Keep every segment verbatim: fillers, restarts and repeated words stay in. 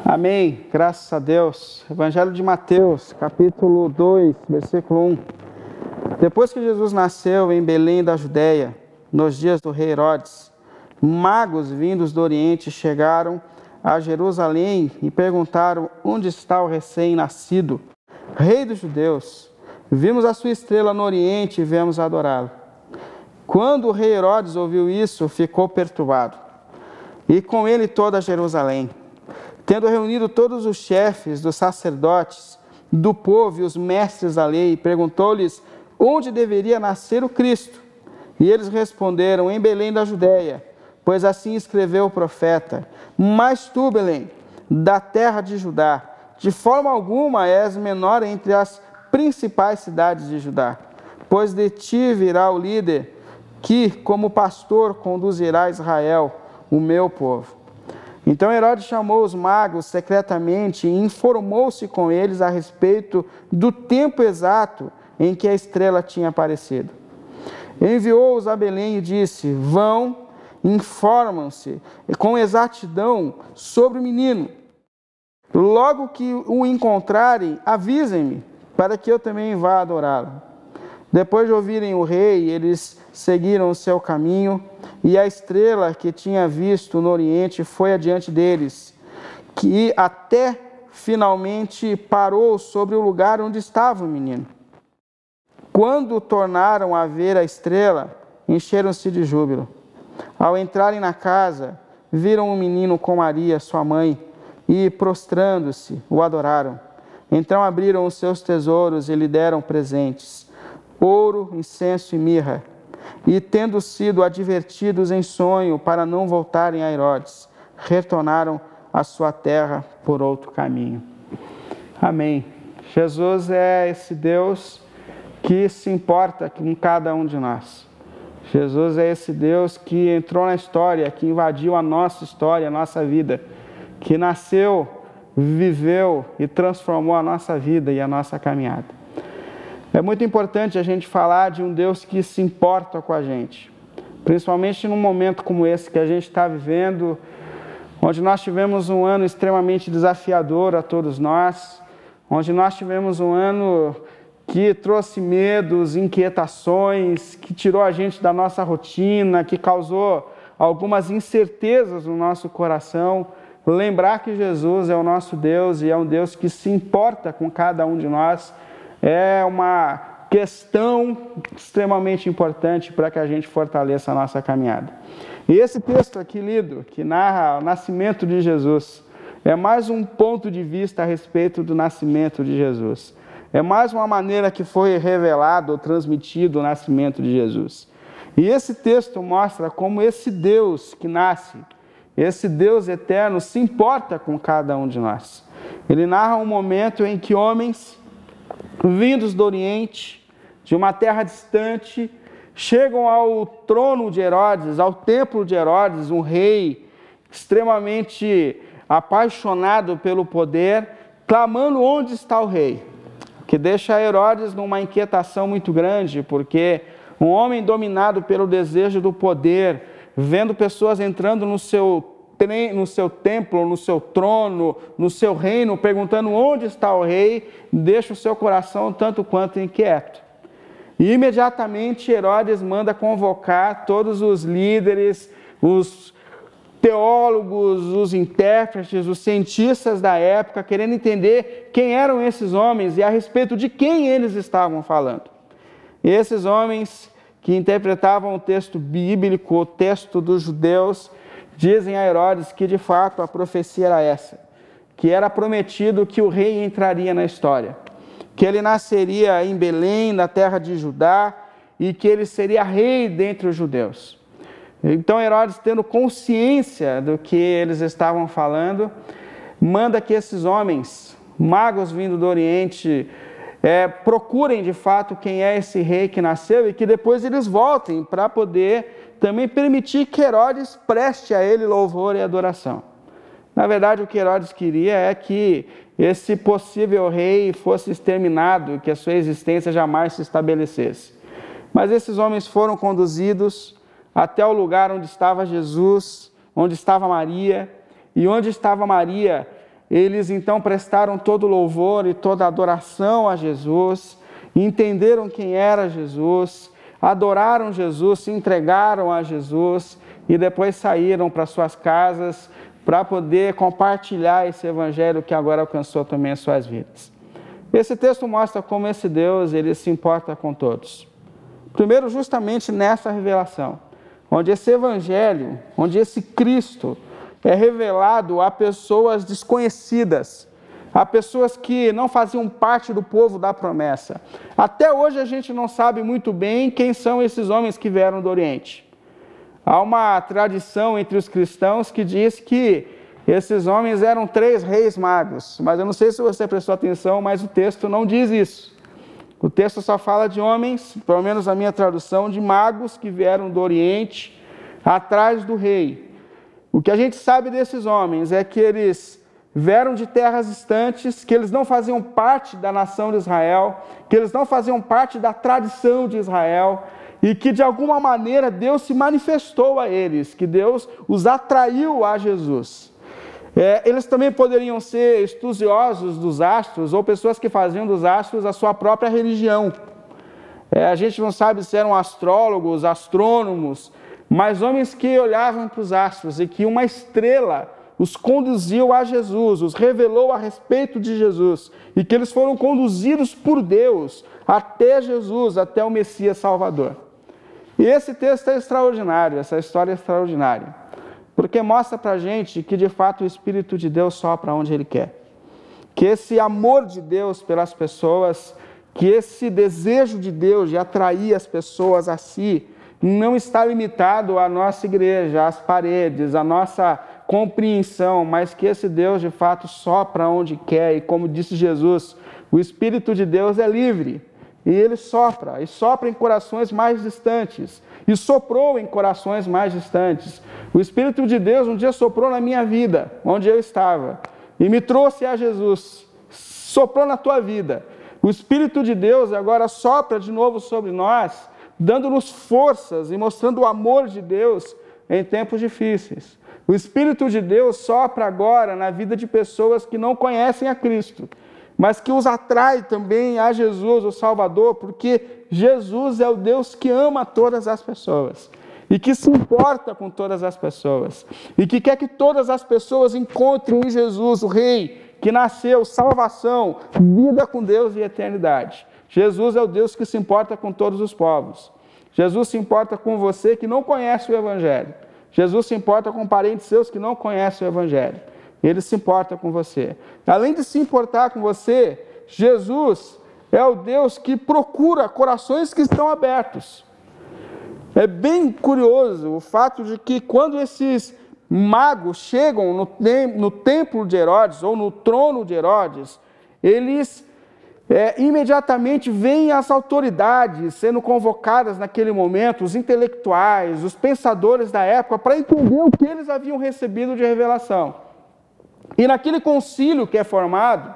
Amém, graças a Deus. Evangelho de Mateus, capítulo dois, versículo um. Depois que Jesus nasceu em Belém da Judéia, nos dias do rei Herodes, magos vindos do Oriente chegaram a Jerusalém e perguntaram: onde está o recém-nascido, rei dos judeus? Vimos a sua estrela no Oriente e viemos adorá-lo. Quando o rei Herodes ouviu isso, ficou perturbado, e com ele toda Jerusalém. Tendo reunido todos os chefes dos sacerdotes, do povo e os mestres da lei, perguntou-lhes onde deveria nascer o Cristo. E eles responderam: em Belém da Judéia, pois assim escreveu o profeta: mas tu, Belém, da terra de Judá, de forma alguma és menor entre as principais cidades de Judá, pois de ti virá o líder que, como pastor, conduzirá Israel, o meu povo. Então Herodes chamou os magos secretamente e informou-se com eles a respeito do tempo exato em que a estrela tinha aparecido. Enviou-os a Belém e disse: vão, informam-se com exatidão sobre o menino. Logo que o encontrarem, avisem-me, para que eu também vá adorá-lo. Depois de ouvirem o rei, eles seguiram o seu caminho, e a estrela que tinha visto no Oriente foi adiante deles, que até finalmente parou sobre o lugar onde estava o menino. Quando tornaram a ver a estrela, encheram-se de júbilo. Ao entrarem na casa, viram o menino com Maria, sua mãe, e, prostrando-se, o adoraram. Então abriram os seus tesouros e lhe deram presentes: ouro, incenso e mirra. E, tendo sido advertidos em sonho para não voltarem a Herodes, retornaram à sua terra por outro caminho. Amém. Jesus é esse Deus que se importa com cada um de nós. Jesus é esse Deus que entrou na história, que invadiu a nossa história, a nossa vida, que nasceu, viveu e transformou a nossa vida e a nossa caminhada. É muito importante a gente falar de um Deus que se importa com a gente, principalmente num momento como esse que a gente está vivendo, onde nós tivemos um ano extremamente desafiador a todos nós, onde nós tivemos um ano que trouxe medos, inquietações, que tirou a gente da nossa rotina, que causou algumas incertezas no nosso coração. Lembrar que Jesus é o nosso Deus e é um Deus que se importa com cada um de nós é uma questão extremamente importante para que a gente fortaleça a nossa caminhada. E esse texto aqui lido, que narra o nascimento de Jesus, é mais um ponto de vista a respeito do nascimento de Jesus. É mais uma maneira que foi revelado ou transmitido o nascimento de Jesus. E esse texto mostra como esse Deus que nasce, esse Deus eterno, se importa com cada um de nós. Ele narra um momento em que homens vindos do Oriente, de uma terra distante, chegam ao trono de Herodes, ao templo de Herodes, um rei extremamente apaixonado pelo poder, clamando: onde está o rei? Que deixa Herodes numa inquietação muito grande, porque um homem dominado pelo desejo do poder, vendo pessoas entrando no seu no seu templo, no seu trono, no seu reino, perguntando onde está o rei, deixa o seu coração tanto quanto inquieto. E imediatamente Herodes manda convocar todos os líderes, os teólogos, os intérpretes, os cientistas da época, querendo entender quem eram esses homens e a respeito de quem eles estavam falando. E esses homens que interpretavam o texto bíblico, o texto dos judeus, dizem a Herodes que de fato a profecia era essa, que era prometido que o rei entraria na história, que ele nasceria em Belém, na terra de Judá, e que ele seria rei dentre os judeus. Então Herodes, tendo consciência do que eles estavam falando, manda que esses homens, magos vindo do Oriente, é, procurem de fato quem é esse rei que nasceu e que depois eles voltem para poder também permitir que Herodes preste a ele louvor e adoração. Na verdade, o que Herodes queria é que esse possível rei fosse exterminado, que a sua existência jamais se estabelecesse. Mas esses homens foram conduzidos até o lugar onde estava Jesus, onde estava Maria, e onde estava Maria, eles então prestaram todo louvor e toda adoração a Jesus, entenderam quem era Jesus, adoraram Jesus, se entregaram a Jesus e depois saíram para suas casas para poder compartilhar esse evangelho que agora alcançou também as suas vidas. Esse texto mostra como esse Deus, ele se importa com todos. Primeiro, justamente nessa revelação, onde esse evangelho, onde esse Cristo é revelado a pessoas desconhecidas, a pessoas que não faziam parte do povo da promessa. Até hoje a gente não sabe muito bem quem são esses homens que vieram do Oriente. Há uma tradição entre os cristãos que diz que esses homens eram três reis magos, mas eu não sei se você prestou atenção, mas o texto não diz isso. O texto só fala de homens, pelo menos a minha tradução, de magos que vieram do Oriente atrás do rei. O que a gente sabe desses homens é que eles vieram de terras distantes, que eles não faziam parte da nação de Israel, que eles não faziam parte da tradição de Israel, e que de alguma maneira Deus se manifestou a eles, que Deus os atraiu a Jesus. É, eles também poderiam ser estudiosos dos astros, ou pessoas que faziam dos astros a sua própria religião. É, a gente não sabe se eram astrólogos, astrônomos, mas homens que olhavam para os astros e que uma estrela os conduziu a Jesus, os revelou a respeito de Jesus, e que eles foram conduzidos por Deus até Jesus, até o Messias Salvador. E esse texto é extraordinário, essa história é extraordinária, porque mostra para a gente que de fato o Espírito de Deus sopra onde Ele quer, que esse amor de Deus pelas pessoas, que esse desejo de Deus de atrair as pessoas a si, não está limitado à nossa igreja, às paredes, à nossa compreensão, mas que esse Deus de fato sopra onde quer, e como disse Jesus, o Espírito de Deus é livre, e Ele sopra, e sopra em corações mais distantes, e soprou em corações mais distantes. O Espírito de Deus um dia soprou na minha vida, onde eu estava, e me trouxe a Jesus, soprou na tua vida. O Espírito de Deus agora sopra de novo sobre nós, dando-nos forças e mostrando o amor de Deus em tempos difíceis. O Espírito de Deus sopra agora na vida de pessoas que não conhecem a Cristo, mas que os atrai também a Jesus, o Salvador, porque Jesus é o Deus que ama todas as pessoas e que se importa com todas as pessoas e que quer que todas as pessoas encontrem em Jesus, o Rei, que nasceu, salvação, vida com Deus e eternidade. Jesus é o Deus que se importa com todos os povos. Jesus se importa com você que não conhece o Evangelho. Jesus se importa com parentes seus que não conhecem o Evangelho. Ele se importa com você. Além de se importar com você, Jesus é o Deus que procura corações que estão abertos. É bem curioso o fato de que quando esses magos chegam no, no templo de Herodes, ou no trono de Herodes, eles é, imediatamente veem as autoridades sendo convocadas naquele momento, os intelectuais, os pensadores da época, para entender o que eles haviam recebido de revelação. E naquele concílio que é formado,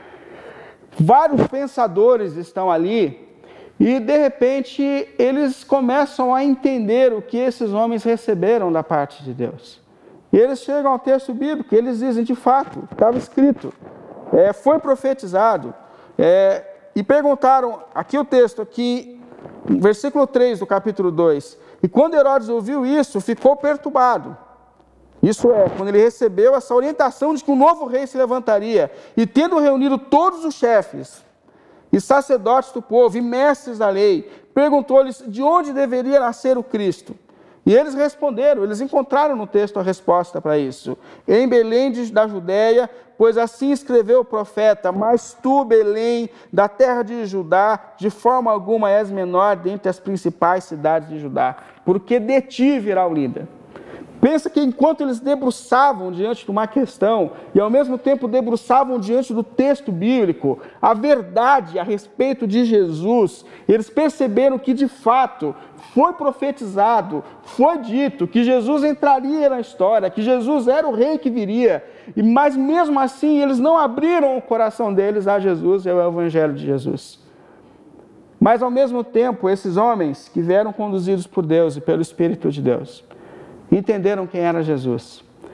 vários pensadores estão ali, e de repente eles começam a entender o que esses homens receberam da parte de Deus. E eles chegam ao texto bíblico, e eles dizem, de fato, estava escrito, é, foi profetizado, é, e perguntaram, aqui o texto, aqui, versículo três do capítulo dois, e quando Herodes ouviu isso, ficou perturbado. Isso é, quando ele recebeu essa orientação de que um novo rei se levantaria, e tendo reunido todos os chefes, e sacerdotes do povo, e mestres da lei, perguntou-lhes de onde deveria nascer o Cristo. E eles responderam, eles encontraram no texto a resposta para isso. Em Belém da Judéia, pois assim escreveu o profeta, mas tu, Belém, da terra de Judá, de forma alguma és menor dentre as principais cidades de Judá, porque de ti virá o líder. Pensa que enquanto eles debruçavam diante de uma questão e ao mesmo tempo debruçavam diante do texto bíblico, a verdade a respeito de Jesus, eles perceberam que de fato foi profetizado, foi dito que Jesus entraria na história, que Jesus era o rei que viria, mas mesmo assim eles não abriram o coração deles a Jesus e ao Evangelho de Jesus. Mas ao mesmo tempo, esses homens que vieram conduzidos por Deus e pelo Espírito de Deus, entenderam quem era Jesus. O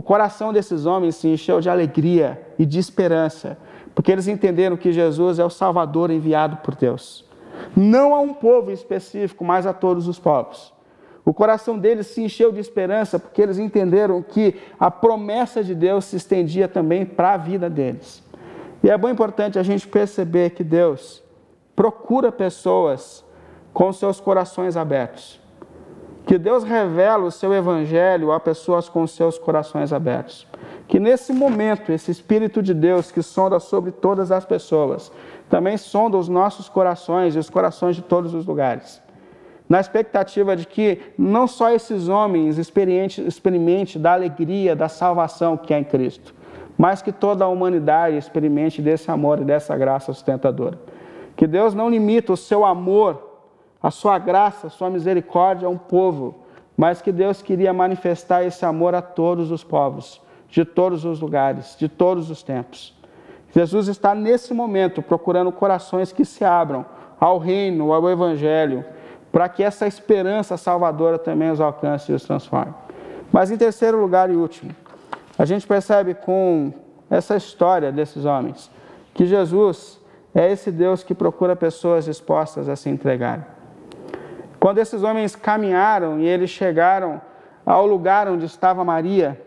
coração desses homens se encheu de alegria e de esperança, porque eles entenderam que Jesus é o Salvador enviado por Deus. Não a um povo específico, mas a todos os povos. O coração deles se encheu de esperança, porque eles entenderam que a promessa de Deus se estendia também para a vida deles. E é bem importante a gente perceber que Deus procura pessoas com seus corações abertos. Que Deus revela o seu evangelho a pessoas com seus corações abertos. Que nesse momento, esse Espírito de Deus que sonda sobre todas as pessoas, também sonda os nossos corações e os corações de todos os lugares. Na expectativa de que não só esses homens experimentem da alegria, da salvação que há em Cristo, mas que toda a humanidade experimente desse amor e dessa graça sustentadora. Que Deus não limita o seu amor, a sua graça, a sua misericórdia a um povo, mas que Deus queria manifestar esse amor a todos os povos, de todos os lugares, de todos os tempos. Jesus está nesse momento procurando corações que se abram ao reino, ao evangelho, para que essa esperança salvadora também os alcance e os transforme. Mas em terceiro lugar e último, a gente percebe com essa história desses homens, que Jesus é esse Deus que procura pessoas dispostas a se entregarem. Quando esses homens caminharam e eles chegaram ao lugar onde estava Maria,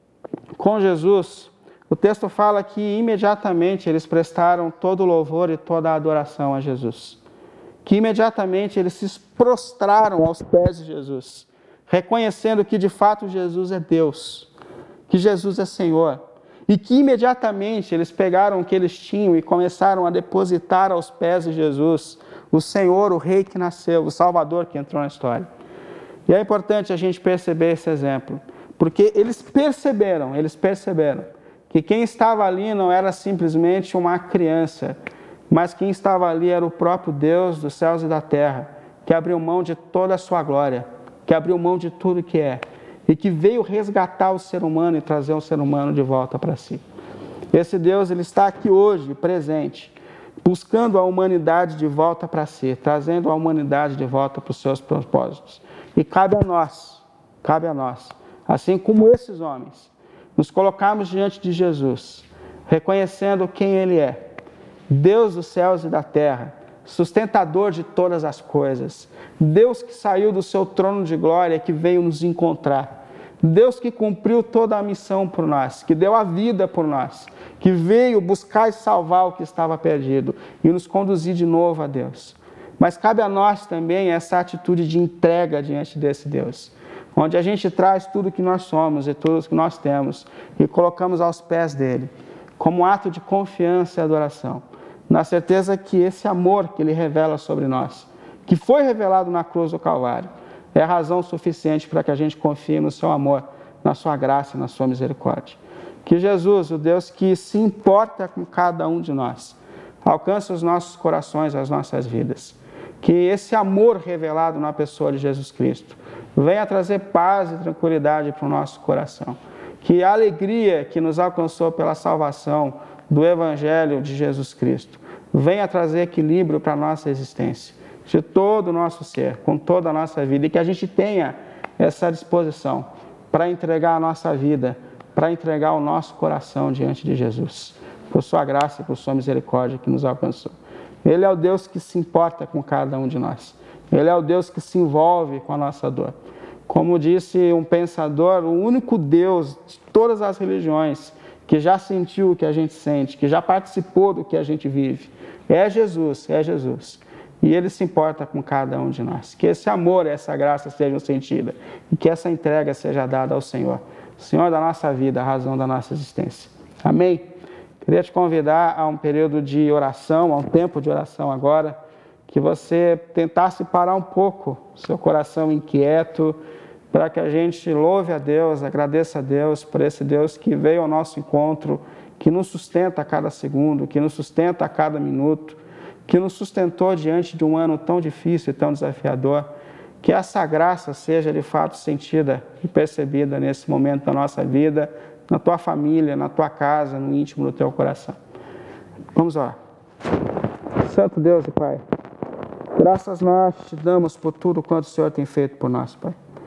com Jesus, o texto fala que imediatamente eles prestaram todo o louvor e toda a adoração a Jesus. Que imediatamente eles se prostraram aos pés de Jesus, reconhecendo que de fato Jesus é Deus, que Jesus é Senhor, e que imediatamente eles pegaram o que eles tinham e começaram a depositar aos pés de Jesus, o Senhor, o Rei que nasceu, o Salvador que entrou na história. E é importante a gente perceber esse exemplo, porque eles perceberam, eles perceberam que quem estava ali não era simplesmente uma criança, mas quem estava ali era o próprio Deus dos céus e da terra, que abriu mão de toda a sua glória, que abriu mão de tudo que é, e que veio resgatar o ser humano e trazer o ser humano de volta para si. Esse Deus, ele está aqui hoje, presente, buscando a humanidade de volta para si, trazendo a humanidade de volta para os seus propósitos. E cabe a nós, cabe a nós, assim como esses homens, nos colocarmos diante de Jesus, reconhecendo quem Ele é, Deus dos céus e da terra, sustentador de todas as coisas, Deus que saiu do seu trono de glória, que veio nos encontrar, Deus que cumpriu toda a missão por nós, que deu a vida por nós, que veio buscar e salvar o que estava perdido e nos conduzir de novo a Deus. Mas cabe a nós também essa atitude de entrega diante desse Deus, onde a gente traz tudo que nós somos e tudo que nós temos e colocamos aos pés dele, como um ato de confiança e adoração, na certeza que esse amor que Ele revela sobre nós, que foi revelado na cruz do Calvário, é a razão suficiente para que a gente confie no seu amor, na sua graça e na sua misericórdia. Que Jesus, o Deus que se importa com cada um de nós, alcance os nossos corações, as nossas vidas. Que esse amor revelado na pessoa de Jesus Cristo venha trazer paz e tranquilidade para o nosso coração. Que a alegria que nos alcançou pela salvação do Evangelho de Jesus Cristo venha trazer equilíbrio para a nossa existência, de todo o nosso ser, com toda a nossa vida, e que a gente tenha essa disposição para entregar a nossa vida, para entregar o nosso coração diante de Jesus, por sua graça e por sua misericórdia que nos alcançou. Ele é o Deus que se importa com cada um de nós. Ele é o Deus que se envolve com a nossa dor. Como disse um pensador, o único Deus de todas as religiões que já sentiu o que a gente sente, que já participou do que a gente vive, é Jesus, é Jesus. E Ele se importa com cada um de nós. Que esse amor, essa graça sejam sentidas e que essa entrega seja dada ao Senhor. Senhor da nossa vida, a razão da nossa existência. Amém? Queria te convidar a um período de oração, a um tempo de oração agora, que você tentasse parar um pouco seu coração inquieto, para que a gente louve a Deus, agradeça a Deus por esse Deus que veio ao nosso encontro, que nos sustenta a cada segundo, que nos sustenta a cada minuto, que nos sustentou diante de um ano tão difícil e tão desafiador. Que essa graça seja de fato sentida e percebida nesse momento da nossa vida, na tua família, na tua casa, no íntimo do teu coração. Vamos orar. Santo Deus e Pai, graças nós te damos por tudo quanto o Senhor tem feito por nós, Pai.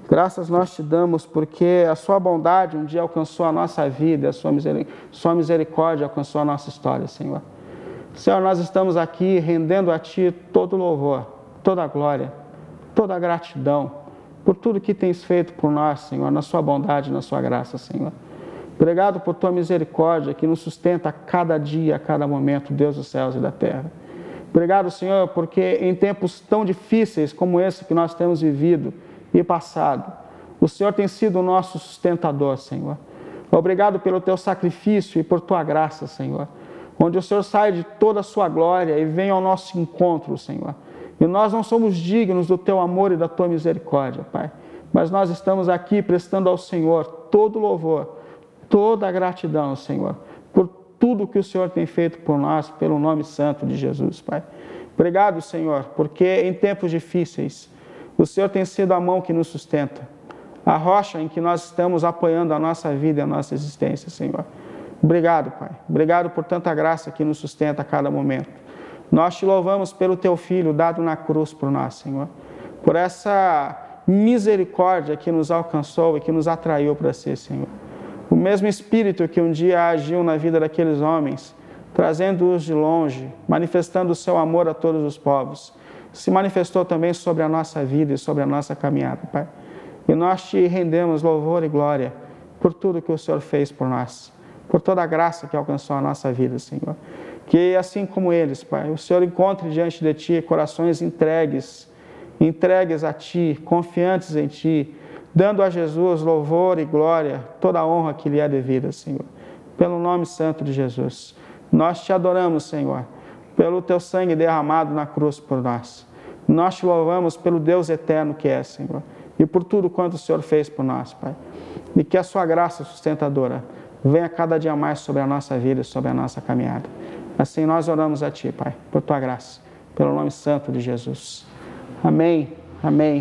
Graças nós te damos porque a sua bondade um dia alcançou a nossa vida, a sua misericórdia alcançou a nossa história, Senhor. Senhor, nós estamos aqui rendendo a Ti todo louvor, toda a glória, toda a gratidão por tudo que tens feito por nós, Senhor, na sua bondade, na sua graça, Senhor. Obrigado por Tua misericórdia que nos sustenta a cada dia, a cada momento, Deus dos céus e da terra. Obrigado, Senhor, porque em tempos tão difíceis como esse que nós temos vivido e passado, o Senhor tem sido o nosso sustentador, Senhor. Obrigado pelo Teu sacrifício e por Tua graça, Senhor, onde o Senhor sai de toda a sua glória e vem ao nosso encontro, Senhor. E nós não somos dignos do Teu amor e da Tua misericórdia, Pai, mas nós estamos aqui prestando ao Senhor todo louvor, toda a gratidão, Senhor, por tudo que o Senhor tem feito por nós, pelo nome santo de Jesus, Pai. Obrigado, Senhor, porque em tempos difíceis, o Senhor tem sido a mão que nos sustenta, a rocha em que nós estamos apoiando a nossa vida e a nossa existência, Senhor. Obrigado, Pai. Obrigado por tanta graça que nos sustenta a cada momento. Nós te louvamos pelo Teu Filho dado na cruz por nós, Senhor, por essa misericórdia que nos alcançou e que nos atraiu para si, Senhor. O mesmo Espírito que um dia agiu na vida daqueles homens, trazendo-os de longe, manifestando o Seu amor a todos os povos, se manifestou também sobre a nossa vida e sobre a nossa caminhada, Pai. E nós Te rendemos louvor e glória por tudo que o Senhor fez por nós, por toda a graça que alcançou a nossa vida, Senhor. Que assim como eles, Pai, o Senhor encontre diante de Ti corações entregues, entregues a Ti, confiantes em Ti, dando a Jesus louvor e glória, toda a honra que lhe é devida, Senhor. Pelo nome santo de Jesus. Nós Te adoramos, Senhor, pelo Teu sangue derramado na cruz por nós. Nós Te louvamos pelo Deus eterno que é, Senhor, e por tudo quanto o Senhor fez por nós, Pai. E que a Sua graça sustentadora venha cada dia mais sobre a nossa vida e sobre a nossa caminhada. Assim nós oramos a Ti, Pai, por Tua graça, pelo nome santo de Jesus. Amém, amém.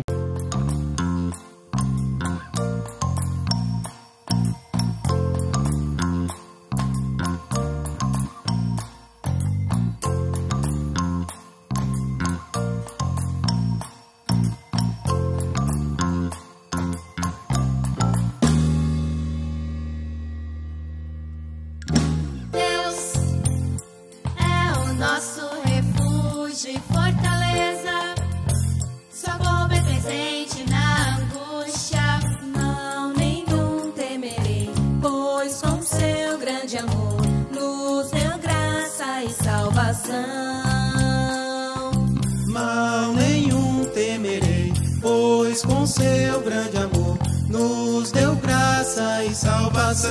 Mal nenhum temerei, pois com Seu grande amor nos deu graça e salvação.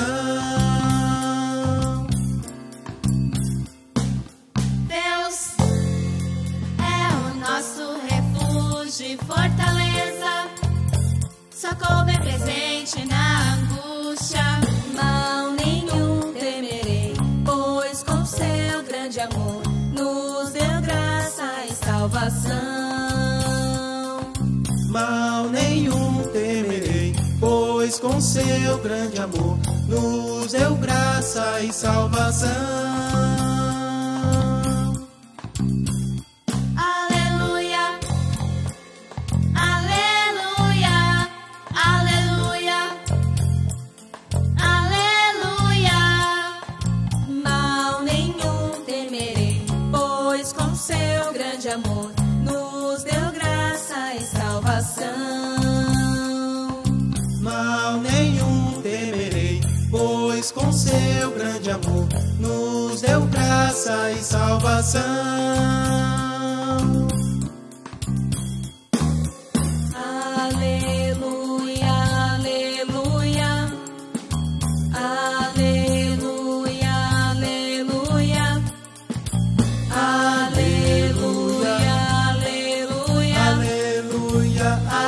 Deus é o nosso refúgio e fortaleza, socorro bem presente na angústia. Mal nenhum temerei, pois com Seu grande amor nos deu graça e salvação. Mal nenhum temerei, pois com Seu grande amor nos deu graça e salvação. Aleluia, aleluia, aleluia, aleluia. Mal nenhum temerei, pois com Seu grande amor nos deu graça e salvação. Mal nenhum temerei, pois com Seu grande amor nos deu graça e salvação. Aleluia, aleluia, aleluia, aleluia, aleluia, aleluia, Aleluia,